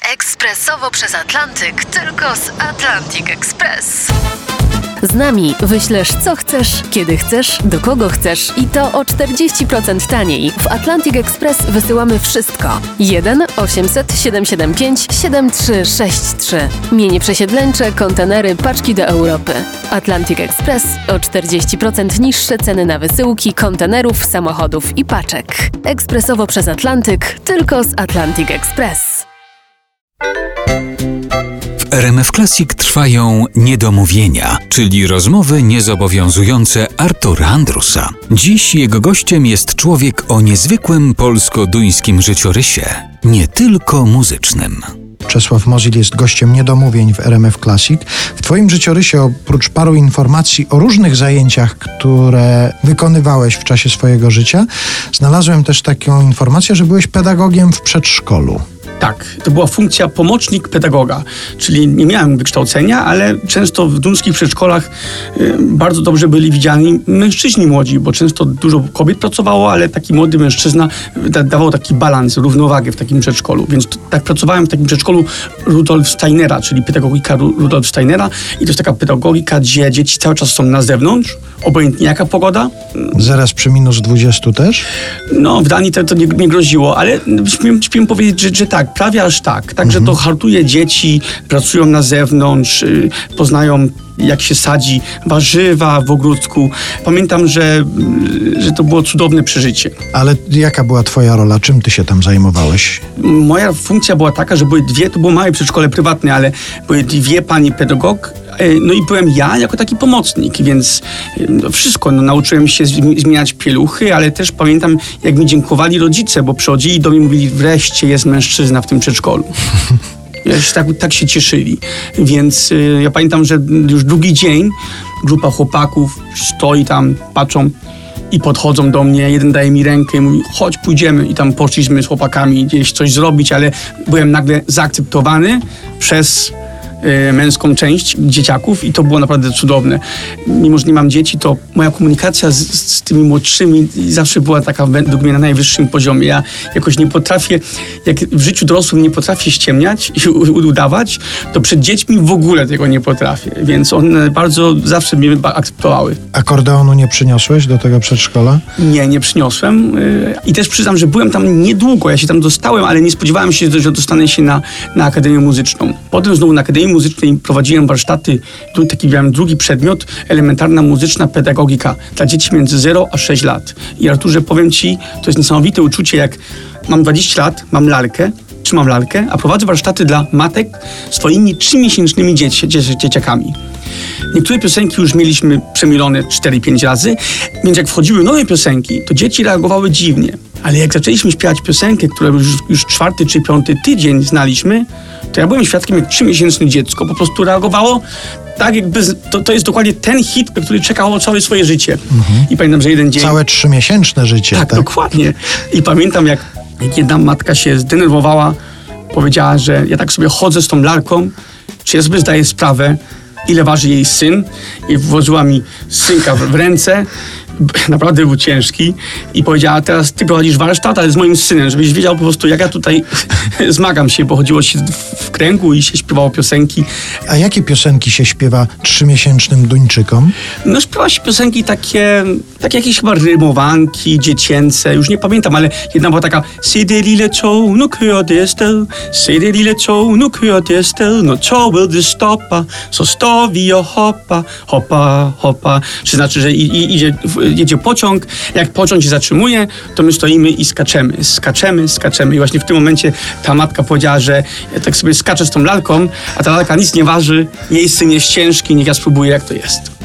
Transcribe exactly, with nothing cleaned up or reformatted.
Ekspresowo przez Atlantyk, tylko z Atlantic Express. Z nami wyślesz co chcesz, kiedy chcesz, do kogo chcesz i to o czterdzieści procent taniej. W Atlantic Express wysyłamy wszystko. jeden osiemset siedemset siedemdziesiąt pięć siedemdziesiąt trzy sześćdziesiąt trzy. Mienie przesiedleńcze, kontenery, paczki do Europy. Atlantic Express o czterdzieści procent niższe ceny na wysyłki, kontenerów, samochodów i paczek. Ekspresowo przez Atlantyk, tylko z Atlantic Express. W R M F Classic trwają niedomówienia, czyli rozmowy niezobowiązujące Artura Andrusa. Dziś jego gościem jest człowiek o niezwykłym polsko-duńskim życiorysie, nie tylko muzycznym. Czesław Mozil jest gościem niedomówień w R M F Classic. W twoim życiorysie, oprócz paru informacji o różnych zajęciach, które wykonywałeś w czasie swojego życia, znalazłem też taką informację, że byłeś pedagogiem w przedszkolu. Tak, to była funkcja pomocnik pedagoga, czyli nie miałem wykształcenia, ale często w duńskich przedszkolach y, bardzo dobrze byli widziani mężczyźni młodzi, bo często dużo kobiet pracowało, ale taki młody mężczyzna da, dawał taki balans, równowagę w takim przedszkolu. Więc to, tak pracowałem w takim przedszkolu Rudolf Steinera, czyli pedagogika Ru, Rudolf Steinera i to jest taka pedagogika, gdzie dzieci cały czas są na zewnątrz, obojętnie jaka pogoda. Zaraz przy minus dwudziestu też? No, w Danii to, to nie, nie groziło, ale śmiem, śmiem powiedzieć, że, że tak, prawie aż tak. Także mhm. to hartuje dzieci, pracują na zewnątrz, yy, poznają jak się sadzi warzywa w ogródku. Pamiętam, że, że to było cudowne przeżycie. Ale jaka była twoja rola? Czym ty się tam zajmowałeś? Moja funkcja była taka, że były dwie, to było małe przedszkole prywatne, ale były dwie pani pedagog, no i byłem ja jako taki pomocnik, więc no wszystko. No, nauczyłem się zmieniać pieluchy, ale też pamiętam, jak mi dziękowali rodzice, bo przychodzili do mnie i mówili, wreszcie jest mężczyzna w tym przedszkolu. Tak, tak się cieszyli. Więc y, ja pamiętam, że już drugi dzień grupa chłopaków stoi tam, patrzą i podchodzą do mnie. Jeden daje mi rękę i mówi, chodź, pójdziemy. I tam poszliśmy z chłopakami gdzieś coś zrobić, ale byłem nagle zaakceptowany przez y, męską część dzieciaków i to było naprawdę cudowne. Mimo że nie mam dzieci, to moja komunikacja z, z tymi młodszymi zawsze była taka według mnie na najwyższym poziomie. Ja jakoś nie potrafię, jak w życiu dorosłym nie potrafię ściemniać i udawać, to przed dziećmi w ogóle tego nie potrafię. Więc one bardzo zawsze mnie akceptowały. Akordeonu nie przyniosłeś do tego przedszkola? Nie, nie przyniosłem. I też przyznam, że byłem tam niedługo. Ja się tam dostałem, ale nie spodziewałem się, że dostanę się na, na Akademię Muzyczną. Potem znowu na Akademii Muzycznej prowadziłem warsztaty, taki miałem drugi przedmiot, elementarna muzyczna pedagogika dla dzieci między zero a sześć lat. I Arturze, powiem ci, to jest niesamowite uczucie, jak mam dwadzieścia lat, mam lalkę, trzymam lalkę, a prowadzę warsztaty dla matek swoimi trzymiesięcznymi dzieci, dzieci, dzieciakami. Niektóre piosenki już mieliśmy przemilone cztery pięć razy, więc jak wchodziły nowe piosenki, to dzieci reagowały dziwnie. Ale jak zaczęliśmy śpiewać piosenkę, którą już, już czwarty czy piąty tydzień znaliśmy, to ja byłem świadkiem, jak trzymiesięczne dziecko po prostu reagowało tak, jakby to, to jest dokładnie ten hit, który czekało całe swoje życie. Mhm. I pamiętam, że jeden dzień... Całe trzymiesięczne życie, tak? Tak, dokładnie. I pamiętam, jak, jak jedna matka się zdenerwowała, powiedziała, że ja tak sobie chodzę z tą lalką, czy ja sobie zdaję sprawę, ile waży jej syn, i włożyła mi synka w, w ręce, naprawdę był ciężki, i powiedziała, teraz ty prowadzisz warsztat, ale z moim synem, żebyś wiedział po prostu, jak ja tutaj zmagam się, bo chodziło się w kręgu i się śpiewało piosenki. A jakie piosenki się śpiewa trzymiesięcznym Duńczykom? No śpiewa się piosenki takie, takie jakieś chyba rymowanki dziecięce, już nie pamiętam, ale jedna była taka Se det lille tog, nu kører det afsted. Se det lille tog, nu kører det afsted. Når toget det stopper, så står vi og hopper, hopper, hopper. Czy znaczy, że i, i, idzie, jedzie pociąg, jak pociąg się zatrzymuje, to my stoimy i skaczemy, skaczemy, skaczemy. I właśnie w tym momencie ta matka powiedziała, że ja tak sobie skaczę z tą lalką, a ta lalka nic nie waży, jej syn jest ciężki, niech ja spróbuję, jak to jest.